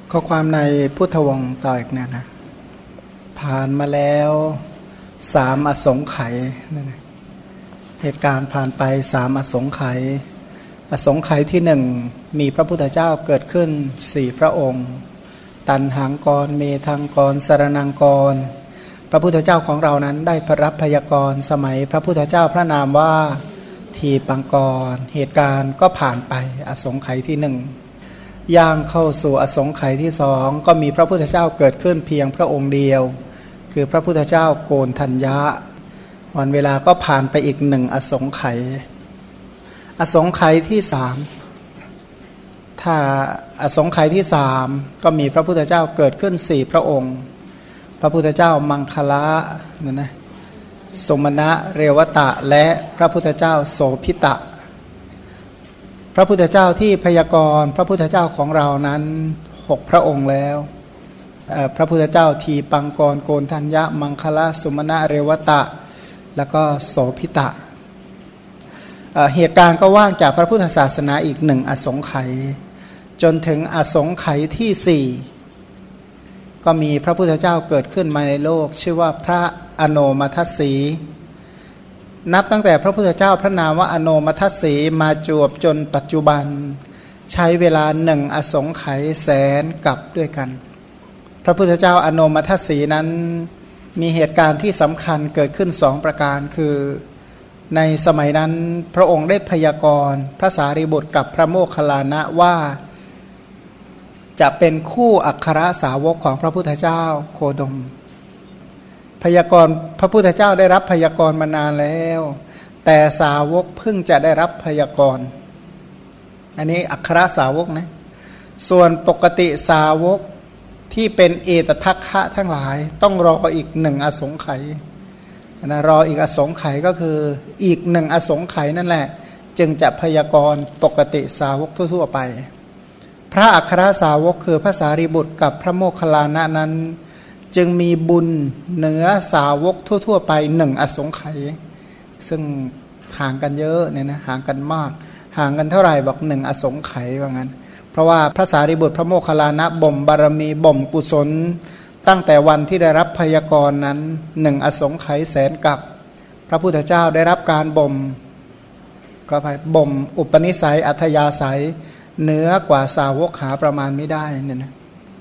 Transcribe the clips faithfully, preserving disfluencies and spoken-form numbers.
ข้อความในพุทธวงศ์ต่ออีกเนี่ยนะผ่านมาแล้วสามอสงไขยนั่นนะเหตุการณ์ผ่านไปสามอสงไขยอสงไขยที่หนึ่งมีพระพุทธเจ้าเกิดขึ้นสี่พระองค์ตันหังกรเมธังกรสรณังกรพระพุทธเจ้าของเรานั้นได้รับพยากรณ์สมัยพระพุทธเจ้าพระนามว่าทีปังกรเหตุการณ์ก็ผ่านไปอสงไขยที่หนึ่งย่างเข้าสู่อสงไขยที่สองก็มีพระพุทธเจ้าเกิดขึ้นเพียงพระองค์เดียวคือพระพุทธเจ้าโกณทัญญะวันเวลาก็ผ่านไปอีกหนึ่งอสงไขยอสงไขยที่สามถ้าอสงไขยที่สามก็มีพระพุทธเจ้าเกิดขึ้นสี่พระองค์พระพุทธเจ้ามังคละนั่นนะสมณะเรวตะและพระพุทธเจ้าโสพิตะพระพุทธเจ้าที่พยากรณ์พระพุทธเจ้าของเรานั้นหกพระองค์แล้วพระพุทธเจ้าทีปังกรโกณทัญญะมังคละสมณะเรวตะแล้วก็โสพิตะเหตุการณ์ก็ว่างจากพระพุทธศาสนาอีกหนึ่งอสงไขยจนถึงอสงไขยที่สี่ก็มีพระพุทธเจ้าเกิดขึ้นมาในโลกชื่อว่าพระอโนมัทสีนับตั้งแต่พระพุทธเจ้าพระนามว่าอโนมัทสีมาจวบจนปัจจุบันใช้เวลาหนึ่งอสงไขยแสนกับด้วยกันพระพุทธเจ้าอโนมัทสีนั้นมีเหตุการณ์ที่สำคัญเกิดขึ้นสองประการคือในสมัยนั้นพระองค์ได้พยากรณ์พระสารีบุตรกับพระโมคคัลลานะว่าจะเป็นคู่อัครสาวกของพระพุทธเจ้าโคดมพยากรณ์พระพุทธเจ้าได้รับพยากรณ์มานานแล้วแต่สาวกเพิ่งจะได้รับพยากรณ์อันนี้อัครสาวกนะส่วนปกติสาวกที่เป็นเอตทัคคะทั้งหลายต้องรออีกหนึ่งอสงไขยนะรออีกอสงไขยก็คืออีกหนึ่งอสงไขยนั่นแหละจึงจะพยากรณ์ปกติสาวกทั่วๆไปพระอัครสาวกคือพระสารีบุตรกับพระโมคคัลลานะนั้นจึงมีบุญเหนือสาวกทั่วๆไปหนึ่งอสงไขยซึ่งห่างกันเยอะเนี่ยนะห่างกันมากห่างกันเท่าไหร่บอกหนึ่งอสงไขยว่างั้นเพราะว่าพระสารีบุตรพระโมคคัลลานะบ่มบารมีบ่มกุศลตั้งแต่วันที่ได้รับพยากรณ์นั้นหนึ่งอสงไขยแสนกับพระพุทธเจ้าได้รับการบ่มก็ไปบ่มอุปนิสัยอัธยาศัยเหนือกว่าสาวกหาประมาณไม่ได้เนี่ยนะ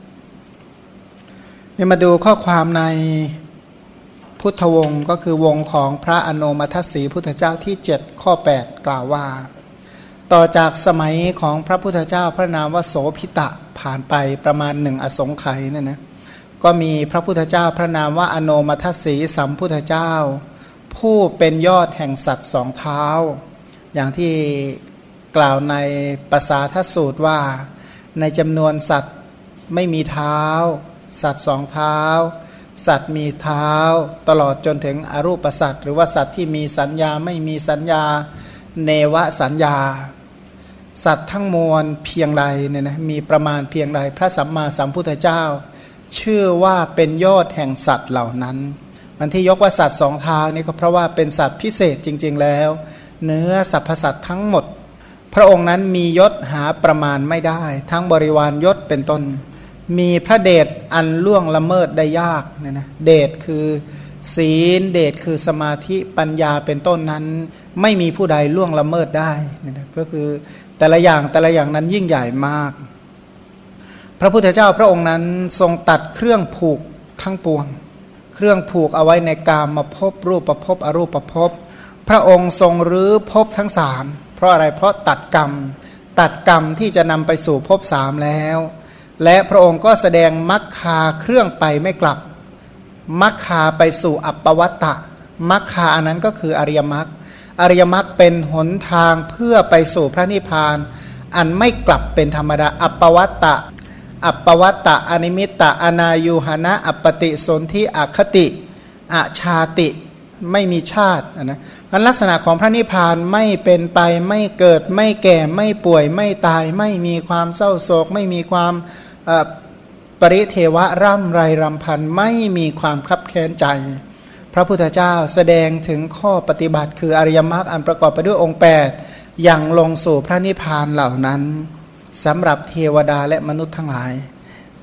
นี่มาดูข้อความในพุทธวงศ์ก็คือวงของพระอโนมัทสีพุทธเจ้าที่เจ็ดข้อแปดกล่าวว่าต่อจากสมัยของพระพุทธเจ้าพระนามว่าโสพิตะผ่านไปประมาณหนึ่งอสงไขยนั่นนะก็มีพระพุทธเจ้าพระนามว่าอโนมัทสีสัมพุทธเจ้าผู้เป็นยอดแห่งสัตว์สองเท้าอย่างที่กล่าวในปสาทสูตรว่าในจำนวนสัตว์ไม่มีเท้าสัตว์สองเท้าสัตว์มีเท้าตลอดจนถึงอรูปสัตว์หรือว่าสัตว์ที่มีสัญญาไม่มีสัญญาเนวสัญญาสัตว์ทั้งมวลเพียงใดเนี่ยนะมีประมาณเพียงใดพระสัมมาสัมพุทธเจ้าชื่อว่าเป็นยอดแห่งสัตว์เหล่านั้นมันที่ยกว่าสัตว์สองเท้านี่ก็เพราะว่าเป็นสัตว์พิเศษจริงๆแล้วเนื้อสรรพสัตว์ทั้งหมดพระองค์นั้นมียศหาประมาณไม่ได้ทั้งบริวารยศเป็นต้นมีพระเดชอันล่วงละเมิดได้ยากเนี่ยนะเดชคือศีลเดชคือสมาธิปัญญาเป็นต้นนั้นไม่มีผู้ใดล่วงละเมิดได้เนี่ยนะก็คือแต่ละอย่างแต่ละอย่างนั้นยิ่งใหญ่มากพระพุทธเจ้าพระองค์นั้นทรงตัดเครื่องผูกทั้งปวงเครื่องผูกเอาไว้ในกามภพรูปภพอรูปภพพระองค์ทรงรื้อภพทั้งสามเพราะอะไรเพราะตัดกรรมตัดกรรมที่จะนำไปสู่ภพสามแล้วและพระองค์ก็แสดงมรรคาเครื่องไปไม่กลับมรรคาไปสู่อัปปวัตตะมรรคาอันนั้นก็คืออริยมรรคอริยมรรคเป็นหนทางเพื่อไปสู่พระนิพพานอันไม่กลับเป็นธรรมดาอัปปวัตตะอัปปวัตตะอนิมิตตะอนายุหนะอัปปติสนธิอคติอชาติไม่มีชาตินะมันลักษณะของพระนิพพานไม่เป็นไปไม่เกิดไม่แก่ไม่ป่วยไม่ตายไม่มีความเศร้าโศกไม่มีความปริเทวะร่ำไรรำพันไม่มีความคับแค้นใจพระพุทธเจ้าแสดงถึงข้อปฏิบัติคืออริยมรรคอันประกอบไปด้วยองค์แปดอย่างลงสู่พระนิพพานเหล่านั้นสำหรับเทวดาและมนุษย์ทั้งหลาย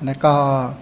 แล้วก็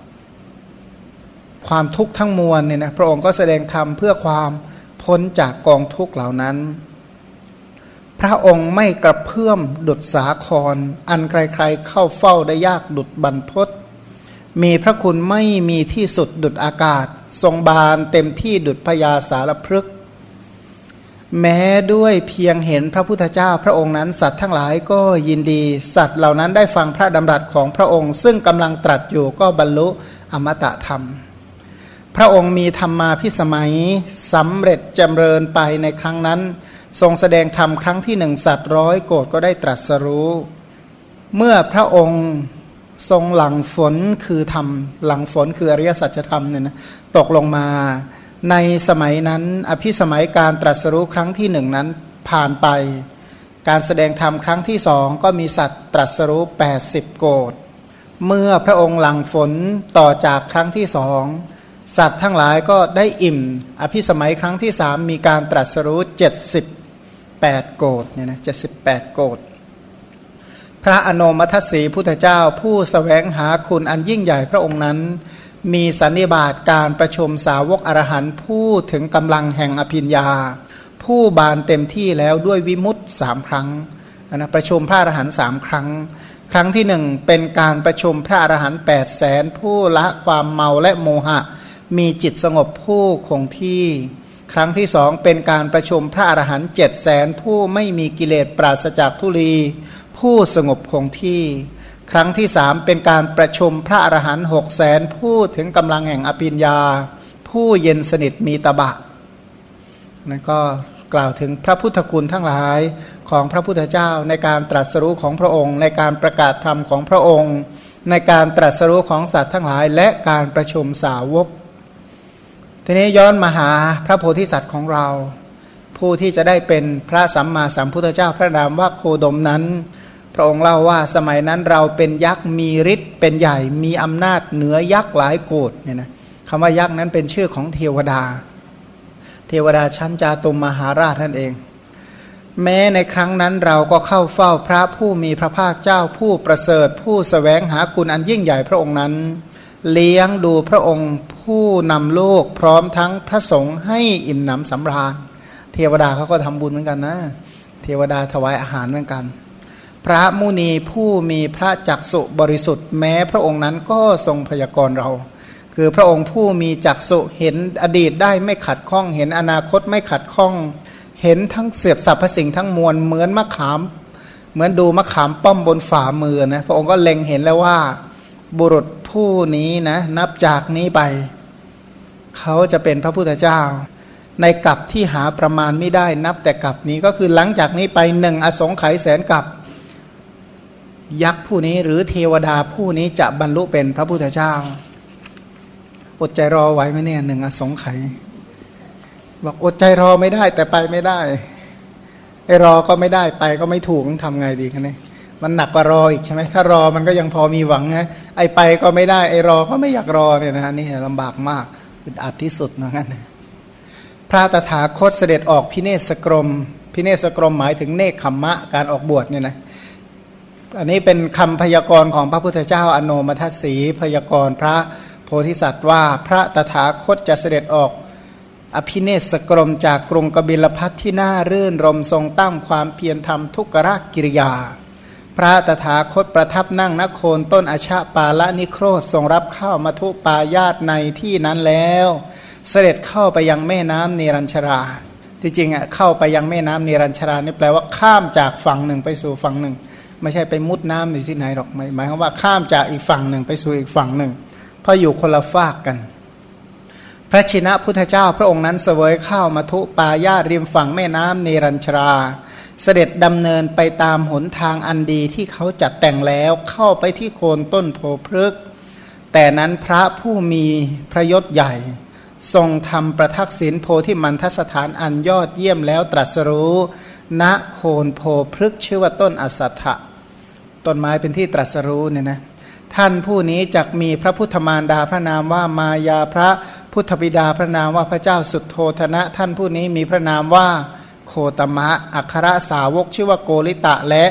ความทุกข์ทั้งมวลเนี่ยนะพระองค์ก็แสดงธรรมเพื่อความพ้นจากกองทุกข์เหล่านั้นพระองค์ไม่กระเพื่อมดุจสาครอันใครๆเข้าเฝ้าได้ยากดุจบรรพตมีพระคุณไม่มีที่สุดดุจอากาศทรงบานเต็มที่ดุจพญาสารพฤกษ์แม้ด้วยเพียงเห็นพระพุทธเจ้าพระองค์นั้นสัตว์ทั้งหลายก็ยินดีสัตว์เหล่านั้นได้ฟังพระดำรัสของพระองค์ซึ่งกำลังตรัสอยู่ก็บรรลุอมตะธรรมพระองค์มีธรรมาภิสมัยสำเร็จจำเริญไปในครั้งนั้นทรงแสดงธรรมครั้งที่หนึ่งสัตว์ร้อยโกฏก็ได้ตรัสรู้เมื่อพระองค์ทรงหลังฝนคือธรรมหลังฝนคืออริยสัจธรรมเนี่ยนะตกลงมาในสมัยนั้นอภิสมัยการตรัสรู้ครั้งที่หนึ่งนั้นผ่านไปการแสดงธรรมครั้งที่สองก็มีสัตว์ตรัสรู้แปดสิบโกฏเมื่อพระองค์หลังฝนต่อจากครั้งที่สองสัตว์ทั้งหลายก็ได้อิ่มอภิสมัยครั้งที่สามมีการตรัสรู้เจ็ดสิบแปดโกฏเนี่ยนะเจ็ดสิบแปดโกฏพระอโนมัทสีพุทธเจ้าผู้แสวงหาคุณอันยิ่งใหญ่พระองค์นั้นมีสันนิบาตการประชุมสาวกอรหันต์ผู้ถึงกำลังแห่งอภิญญาผู้บานเต็มที่แล้วด้วยวิมุตติสามครั้งนะประชุมพระอรหันต์สามครั้งครั้งที่หนึ่งเป็นการประชุมพระอรหันต์แปดแสนผู้ละความเมาและโมหะมีจิตสงบผู้คงที่ครั้งที่สองเป็นการประชุมพระอรหันต์เจ็ดแสนผู้ไม่มีกิเลสปราศจากทุลีผู้สงบคงที่ครั้งที่สามเป็นการประชุมพระอรหันต์หกแสนผู้ถึงกำลังแห่งอภิญญาผู้เย็นสนิทมีตบะนั่นก็กล่าวถึงพระพุทธคุณทั้งหลายของพระพุทธเจ้าในการตรัสรู้ของพระองค์ในการประกาศธรรมของพระองค์ในการตรัสรู้ของสัตว์ทั้งหลายและการประชุมสาวกทีนี้ย้อนมาหาพระโพธิสัตว์ของเราผู้ที่จะได้เป็นพระสัมมาสัมพุทธเจ้าพระนามว่าโคดมนั้นพระองค์เล่าว่าสมัยนั้นเราเป็นยักษ์มีฤทธิ์เป็นใหญ่มีอำนาจเหนือยักษ์หลายโกฏเนี่ยนะคำว่ายักษ์นั้นเป็นชื่อของเทวดาเทวดาชั้นจาตุมมหาราชนั่นเองแม้ในครั้งนั้นเราก็เข้าเฝ้าพระผู้มีพระภาคเจ้าผู้ประเสริฐผู้แสวงหาคุณอันยิ่งใหญ่พระองค์นั้นเลี้ยงดูพระองค์ผู้นำโลกพร้อมทั้งพระสงฆ์ให้อิ่มหนำสำราญเทวดาเขาก็ทำบุญเหมือนกันนะเทวดาถวายอาหารเหมือนกันพระมุนีผู้มีพระจักษุบริสุทธิ์แม้พระองค์นั้นก็ทรงพยากรณ์เราคือพระองค์ผู้มีจักษุเห็นอดีตได้ไม่ขัดข้องเห็นอนาคตไม่ขัดข้องเห็นทั้งเสียบสรรพสิ่งทั้งมวลเหมือนมะขามเหมือนดูมะขามป้อมบนฝ่ามือนะพระองค์ก็เล็งเห็นแล้วว่าบุรุษผู้นี้นะนับจากนี้ไปเขาจะเป็นพระพุทธเจ้าในกัปที่หาประมาณไม่ได้นับแต่กัปนี้ก็คือหลังจากนี้ไปหนึ่งอสงไขยแสนกัปยักษ์ผู้นี้หรือเทวดาผู้นี้จะบรรลุเป็นพระพุทธเจ้าอดใจรอไว้ไหมเนี่ยหนึ่งอสงไขยบอกอดใจรอไม่ได้แต่ไปไม่ได้ไอ้รอก็ไม่ได้ไปก็ไม่ถูกทำไงดีกันเนี่ยมันหนักกว่ารออีกใช่ไหมถ้ารอมันก็ยังพอมีหวังนะไอ้ไปก็ไม่ได้ไอ้รอก็ไม่อยากรอเนี่ยนะนี่ลำบากมากอึดอัดที่สุดนะงั้นพระตถาคตเสด็จออกพิเนศกรมพิเนศกรมหมายถึงเนคขมมะการออกบวชเนี่ยนะอันนี้เป็นคำพยากรณ์ของพระพุทธเจ้าอโนมัทสีพยากรณ์พระโพธิสัตว์ว่าพระตถาคตจะเสด็จออกอภิเนศกรมจากกรุงกบิลพัทที่น่ารื่นรมทรงตั้งความเพียรทำทุกขกิริยาพระตถาคตประทับนั่งณโคนต้นอชะปาละนิโครธทรงรับข้าวมัทุปายาตในที่นั้นแล้วเสด็จเข้าไปยังแม่น้ำเนรัญชราที่จริงอ่ะเข้าไปยังแม่น้ำเนรัญชรานี่แปลว่าข้ามจากฝั่งหนึ่งไปสู่ฝั่งหนึ่งไม่ใช่ไปมุดน้ำอยู่ที่ไหนหรอกหมายความว่าข้ามจากอีกฝั่งหนึ่งไปสู่อีกฝั่งหนึ่งเพราะอยู่คนละฝากกันพระชินะพุทธเจ้าพระองค์นั้นเสวยข้าวมัทุปายาตริมฝั่งแม่น้ำเนรัญชราเสด็จดำเนินไปตามหนทางอันดีที่เขาจัดแต่งแล้วเข้าไปที่โคนต้นโพพฤกษ์แต่นั้นพระผู้มีพระยศใหญ่ทรงทำประทักษิณโพธิมันทสถานอันยอดเยี่ยมแล้วตรัสรู้ณโคนโพพฤกษ์ชื่อว่าต้นอสัทธะต้นไม้เป็นที่ตรัสรู้เนี่ยนะท่านผู้นี้จักมีพระพุทธมารดาพระนามว่ามายาพระพุทธบิดาพระนามว่าพระเจ้าสุทโธทนะท่านผู้นี้มีพระนามว่าโคตมะอัครสาวกชื่อว่าโกริตะและ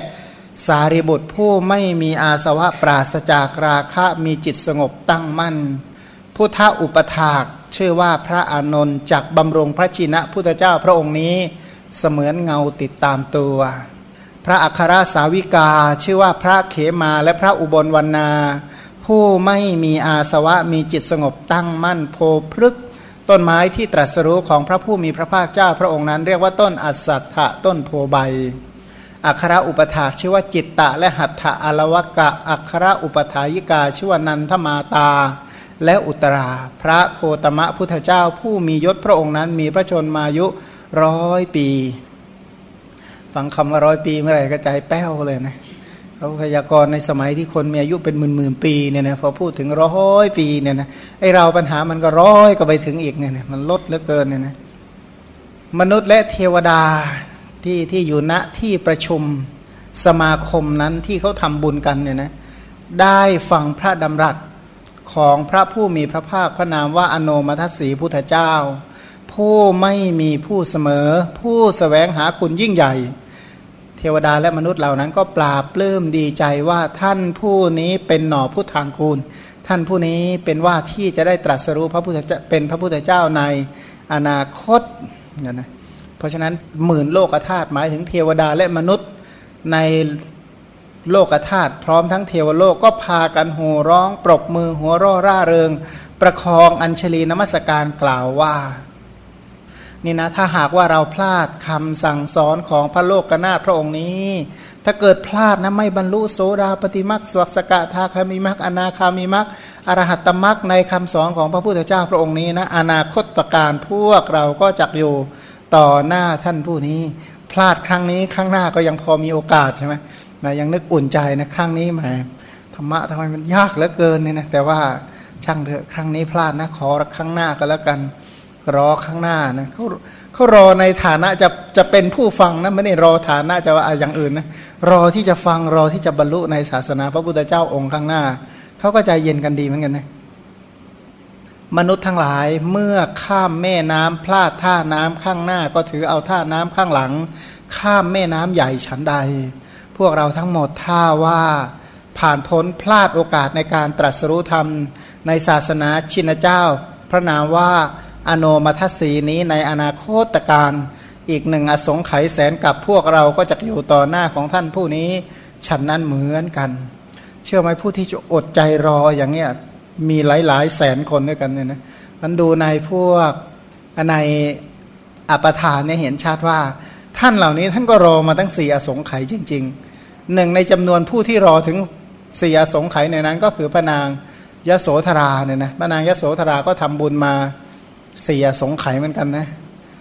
สารีบุตรผู้ไม่มีอาสวะปราศจากราคะมีจิตสงบตั้งมั่นพุทธอุปถากชื่อว่าพระอานนท์จักบำรุงพระชินะพุทธเจ้าพระองค์นี้เสมือนเงาติดตามตัวพระอัครสาวิกาชื่อว่าพระเขมาและพระอุบลวรรณาผู้ไม่มีอาสวะมีจิตสงบตั้งมั่นโพพฤกษ์ต้นไม้ที่ตรัสรู้ของพระผู้มีพระภาคเจ้าพระองค์นั้นเรียกว่าต้นอัสสัทธะต้นโพใบอัครอุปถากชื่อว่าจิตตะและหัตถะอลวกะอัครอุปถายิกาชื่อว่านันทมาตาและอุตราพระโคตมะพุทธเจ้าผู้มียศพระองค์นั้นมีพระชนมายุร้อยปีฟังคำว่าร้อยปีเมื่อไหร่ก็ใจแป้วเลยนะเขาพยากรณ์ในสมัยที่คนมีอายุเป็นหมื่นหมื่นปีเนี่ยนะพอพูดถึงร้อยปีเนี่ยนะไอเราปัญหามันก็ร้อยก็ไปถึงอีกเนี่ยนะมันลดเหลือเกินเนี่ยนะมนุษย์และเทวดาที่ที่อยู่ณที่ประชุมสมาคมนั้นที่เขาทำบุญกันเนี่ยนะได้ฟังพระดำรัสของพระผู้มีพระภาคพระนามว่าอโนมัทสีพุทธเจ้าผู้ไม่มีผู้เสมอผู้แสวงหาคุณยิ่งใหญ่เทวดาและมนุษย์เหล่านั้นก็ปราบปลื้มดีใจว่าท่านผู้นี้เป็นหน่อพุทธางกูลท่านผู้นี้เป็นว่าที่จะได้ตรัสรู้พระพุทธเจ้าเป็นพระพุทธเจ้าในอนาคตเนี่ยนะเพราะฉะนั้นหมื่นโลกธาตุหมายถึงเทวดาและมนุษย์ในโลกธาตุพร้อมทั้งเทวโลกก็พากันโห่ร้องปรบมือหัวเราะร่าเริงประคองอัญชลีนมัสการกล่าวว่านี่นะถ้าหากว่าเราพลาดคำสั่งสอนของพระโลกนาถพระองค์นี้ถ้าเกิดพลาดนะไม่บรรลุโสดาปฏิมรรคสวสกทาคามิมรรคอนาคามิมรรคอรหัตตมรรคในคำสอนของพระพุทธเจ้าพระองค์นี้นะอนาคตการพวกเราก็จักอยู่ต่อหน้าท่านผู้นี้พลาดครั้งนี้ครั้งหน้าก็ยังพอมีโอกาสใช่ไหมนะยังนึกอุ่นใจนะครั้งนี้แหมธรรมะทำไมมันยากเหลือเกินเนี่ยนะแต่ว่าช่างเถอะครั้งนี้พลาดนะขอครั้งหน้าก็แล้วกันรอข้างหน้านะเขาเขารอในฐานะจะจะเป็นผู้ฟังนะไม่ได้รอฐานะจะว่าอย่างอื่นนะรอที่จะฟังรอที่จะบรรลุในศาสนาพระพุทธเจ้าองค์ข้างหน้าเขาก็ใจเย็นกันดีเหมือนกันนะมนุษย์ทั้งหลายเมื่อข้ามแม่น้ำพลาดท่าน้ำข้างหน้าก็ถือเอาท่าน้ำข้างหลังข้ามแม่น้ำใหญ่ฉันใดพวกเราทั้งหมดถ้าว่าผ่านพ้นพลาดโอกาสในการตรัสรู้ธรรมในศาสนาชินเจ้าพระนามว่าอโนมัทสีนี้ในอนาคตการอีกหนึ่งอสงไขยแสนกับพวกเราก็จะอยู่ต่อหน้าของท่านผู้นี้ฉันนั้นเหมือนกันเชื่อไหมผู้ที่จะอดใจรออย่างเงี้ยมีหลายๆแสนคนด้วยกันเนี่ยนะมันดูในพวกในอปทานเนี่ยเห็นชัดว่าท่านเหล่านี้ท่านก็รอมาตั้งสี่อสงไขยจริงๆหนึ่งในจำนวนผู้ที่รอถึงสี่อสงไขยในนั้นก็คือพระนางยโสธราเนี่ยนะพระนางยโสธราก็ทำบุญมาสี่อสงไขยเหมือนกันนะ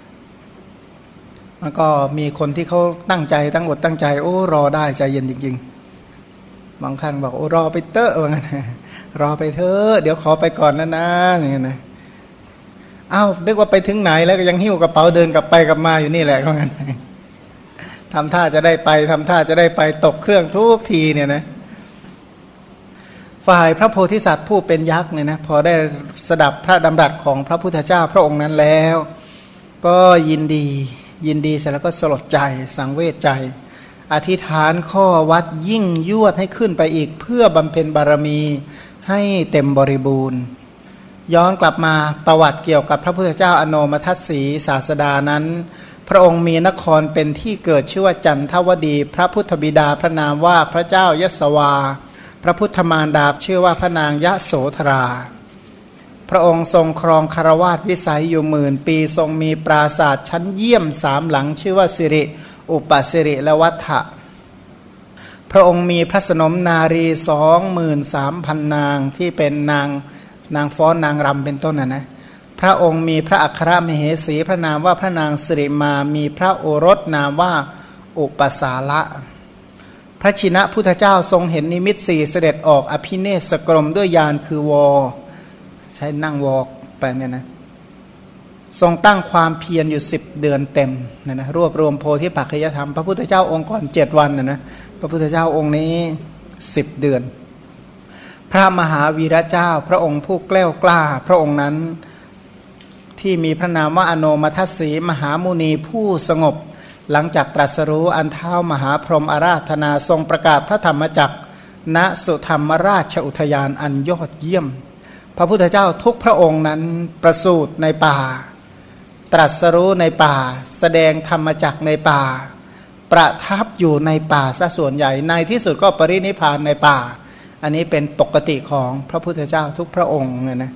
มันก็มีคนที่เขาตั้งใจตั้งอดตั้งใจโอ้รอได้ใจเย็นจริงๆบางท่านบอกโอ้รอไปเตอะว่างั้นรอไปเถอะเดี๋ยวขอไปก่อนนะนะอย่างเงี้ยนะอ้าวนึกว่าไปถึงไหนแล้วก็ยังหิ้วกระเป๋าเดินกลับไปกลับมาอยู่นี่แหละว่างั้นทำท่าจะได้ไปทำท่าจะได้ไปตกเครื่องทุกทีเนี่ยนะฝ่ายพระโพธิสัตว์ผู้เป็นยักษ์เนี่ยนะพอได้สดับพระดำรัสของพระพุทธเจ้าพระองค์นั้นแล้วก็ยินดียินดีเสร็จแล้วก็สลดใจสังเวชใจอธิษฐานข้อวัดยิ่งยวดให้ขึ้นไปอีกเพื่อบำเพ็ญบารมีให้เต็มบริบูรณ์ย้อนกลับมาประวัติเกี่ยวกับพระพุทธเจ้าอโนมัทสีศาสดานั้นพระองค์มีนครเป็นที่เกิดชื่อว่าจันทวดีพระพุทธบิดาพระนามว่าพระเจ้ายศวาพระพุทธมารดาชื่อว่าพระนางยโสธราพระองค์ทรงครองคารวาสวิสัยอยู่หมื่นปีทรงมีปราสาทชั้นเยี่ยมสามหลังชื่อว่าสิริอุปสิริและวัฏฐะพระองค์มีพระสนมนารีสองหมื่นสามพันนางที่เป็นนางนางฟ้อนนางรำเป็นต้นนะนะพระองค์มีพระอัครมเหสีพระนามว่าพระนางสิริมามีพระโอรสนามว่าอุปสาละพระชินะพุทธเจ้าทรงเห็นนิมิตสี่เสด็จออกอภิเนศกรมด้วยยานคือวอใช้นั่งวอกไปเนี่ยนะทรงตั้งความเพียรอยู่สิบเดือนเต็มนะนะรวบรวมโพธิปัจจยธรรมพระพุทธเจ้าองค์ก่อนเจ็ดวันนะนะพระพุทธเจ้าองค์นี้สิบเดือนพระมหาวีระเจ้าพระองค์ผู้แกล้วกล้าพระองค์นั้นที่มีพระนามว่าอโนมัทสีมหามุนีผู้สงบหลังจากตรัสรู้อันเท้ามหาพรหมอาราธนาทรงประกาศพระธรรมจักรณสุธรรมราชอุทยานอันยอดเยี่ยมพระพุทธเจ้าทุกพระองค์นั้นประสูติในป่าตรัสรู้ในป่าแสดงธรรมจักรในป่าประทับอยู่ในป่าซะส่วนใหญ่ในที่สุดก็ปรินิพพานในป่าอันนี้เป็นปกติของพระพุทธเจ้าทุกพระองค์เนี่ยนะ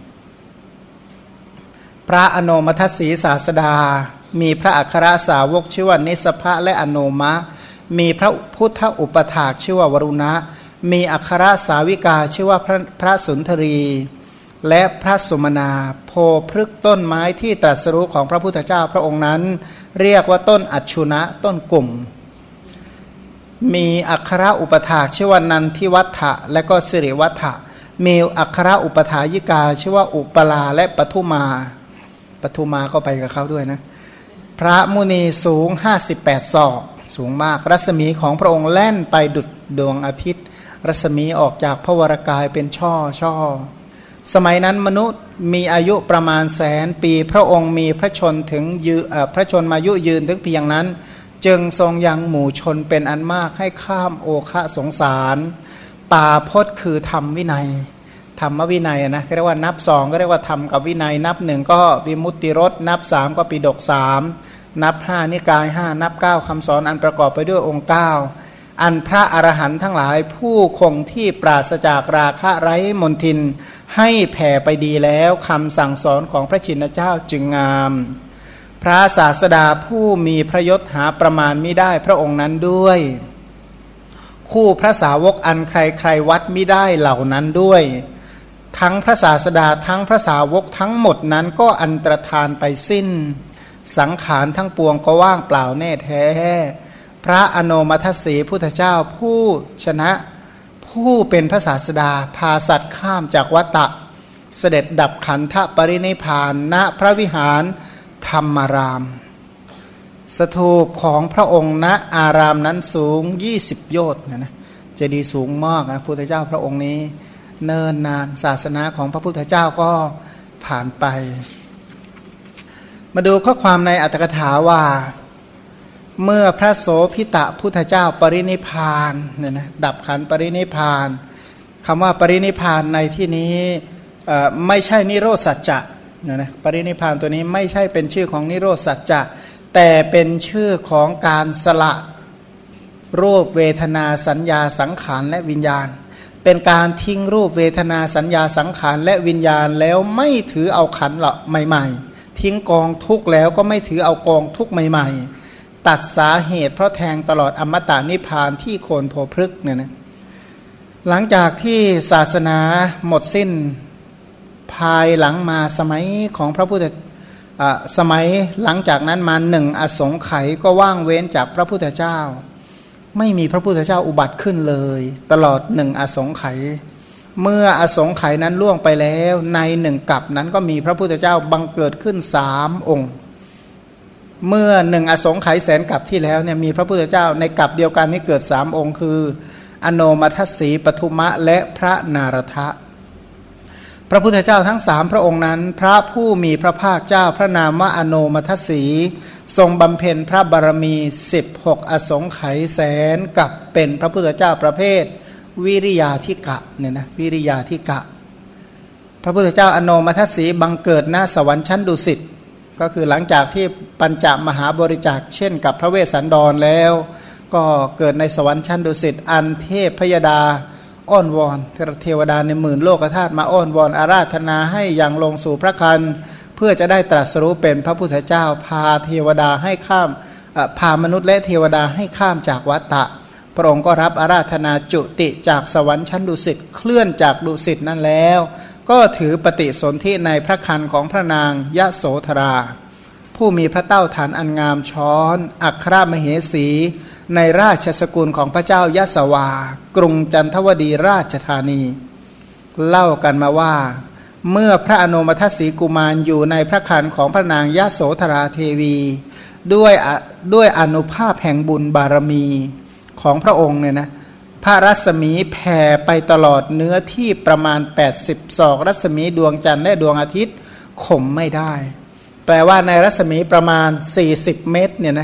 พระอโนมัทสีศาสดามีพระอัครสาวกชื่อว่านิสภะและอโนมะมีพระพุทธอุปถากชื่อว่าวรุณะมีอัครสาวิกาชื่อว่าพระพระสุนทรีและพระสุมนาโพพฤกษ์ต้นไม้ที่ตรัสรู้ของพระพุทธเจ้าพระองค์นั้นเรียกว่าต้นอัชชุนะต้นกลุ่มมีอัครอุปถากชื่อว่านันทิวัฏฐะและก็สิริวัฏฐะมีอัครอุปถายิกาชื่อว่าอุปลาและปทุมาปทุมาก็ไปกับเขาด้วยนะพระมุนีสูงห้าสิบแปดศอกสูงมากรัศมีของพระองค์แล่นไปดุจดวงอาทิตย์รัศมีออกจากพระวรกายเป็นช่อช่อสมัยนั้นมนุษย์มีอายุประมาณแสนปีพระองค์มีพระชนถึงยืพระชนมายุยืนถึงเพียงนั้นจึงทรงยังหมู่ชนเป็นอันมากให้ข้ามโอคะสงสารป่าพจน์คือธรรมวินัยธรรมวินัยนะเรียกว่านับสองก็เรียกว่าธรรมกับวินัยนับหนึ่งก็วิมุตติรสนับสามก็ปิฎกสามนับห้านิกายห้านับเก้าคำสอนอันประกอบไปด้วยองค์เก้าอันพระอรหันต์ทั้งหลายผู้คงที่ปราศจากราคะไร้มนทินให้แผ่ไปดีแล้วคำสั่งสอนของพระชินเจ้าจึงงามพระศาสดาผู้มีพระยศหาประมาณมิได้พระองค์นั้นด้วยคู่พระสาวกอันใครๆวัดมิได้เหล่านั้นด้วยทั้งพระศาสดาทั้งพระสาวกทั้งหมดนั้นก็อันตรธานไปสิ้นสังขารทั้งปวงก็ว่างเปล่าแน่แท้พระอโนมัทสีพุทธเจ้าผู้ชนะผู้เป็นพระศาสดาพาสัตว์ข้ามจากวัฏฏะเสด็จดับขันธปรินิพพานณพระวิหารธรรมารามสถูปของพระองค์ณอารามนั้นสูงยี่สิบโยชน์นะนะเจดีย์สูงมากนะพุทธเจ้าพระองค์นี้เนิ่นนานศาสนาของพระพุทธเจ้าก็ผ่านไปมาดูข้อความในอัตถกถาว่าเมื่อพระโสพิตะพุทธเจ้าปรินิพพานเนี่ยนะดับขันปรินิพพานคำว่าปรินิพพานในที่นี้ไม่ใช่นิโรธสัจจะเนี่ยนะปรินิพพานตัวนี้ไม่ใช่เป็นชื่อของนิโรธสัจจะแต่เป็นชื่อของการสละรูปเวทนาสัญญาสังขารและวิญญาณเป็นการทิ้งรูปเวทนาสัญญาสังขารและวิญญาณแล้วไม่ถือเอาขันธ์ละใหม่ๆทิ้งกองทุกข์แล้วก็ไม่ถือเอากองทุกข์ใหม่ๆตัดสาเหตุเพราะแทงตลอดอมตะนิพพานที่โคนโพพฤกษ์เนี่ยนะหลังจากที่ศาสนาหมดสิ้นภายหลังมาสมัยของพระพุทธสมัยหลังจากนั้นมาหนึ่งอสงไขยก็ว่างเว้นจากพระพุทธเจ้าไม่มีพระพุทธเจ้าอุบัติขึ้นเลยตลอดหนึ่งอสงไขยเมื่ออสงไขยนั้นล่วงไปแล้วในหนึ่งกัปนั้นก็มีพระพุทธเจ้าบังเกิดขึ้นสามองค์เมื่อหนึ่งอสงไขยแสนกัปที่แล้วเนี่ยมีพระพุทธเจ้าในกัปเดียวกันนี้เกิดสามองค์คืออโนมัทสีปทุมะและพระนารถะพระพุทธเจ้าทั้งสามพระองค์นั้นพระผู้มีพระภาคเจ้าพระนามว่าอโนมัทสีทรงบำเพ็ญพระบารมีสิบหกอสงไขยแสนกับเป็นพระพุทธเจ้าประเภทวิริยาธิกะเนี่ยนะวิริยาธิกะพระพุทธเจ้าอโนมัทสีบังเกิดณสวรรค์ชั้นดุสิตก็คือหลังจากที่ปัญจมหาบริจาคเช่นกับพระเวสสันดรแล้วก็เกิดในสวรรค์ชั้นดุสิตอันเทพพยดาอ้อนวอนเทวดาในหมื่นโลกธาตุมาอ้อนวอนอาราธนาให้ยังลงสู่พระคันเพื่อจะได้ตรัสรู้เป็นพระพุทธเจ้าพาเทวดาให้ข้ามพามนุษย์และเทวดาให้ข้ามจากวัฏฏะพระองค์ก็รับอาราธนาจุติจากสวรรค์ชั้นดุสิตเคลื่อนจากดุสิตนั้นแล้วก็ถือปฏิสนธิในพระคันของพระนางยโสธราผู้มีพระเต้าฐานอันงามช้อนอัครมเหสีในราชสกุลของพระเจ้ายโสวากรุงจันทวดีราชธานีเล่ากันมาว่าเมื่อพระอโนมัทสีกุมารอยู่ในพระคันของพระนางยโสธราเทวีด้วยด้วยอานุภาพแห่งบุญบารมีของพระองค์เนี่ยนะพระรัศมีแผ่ไปตลอดเนื้อที่ประมาณแปดสิบศอกรัศมีดวงจันทร์และดวงอาทิตย์ข่มไม่ได้แปลว่าในรัศมีประมาณสี่สิบเมตรเนี่ยนะ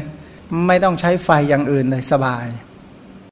ไม่ต้องใช้ไฟอย่างอื่นเลยสบาย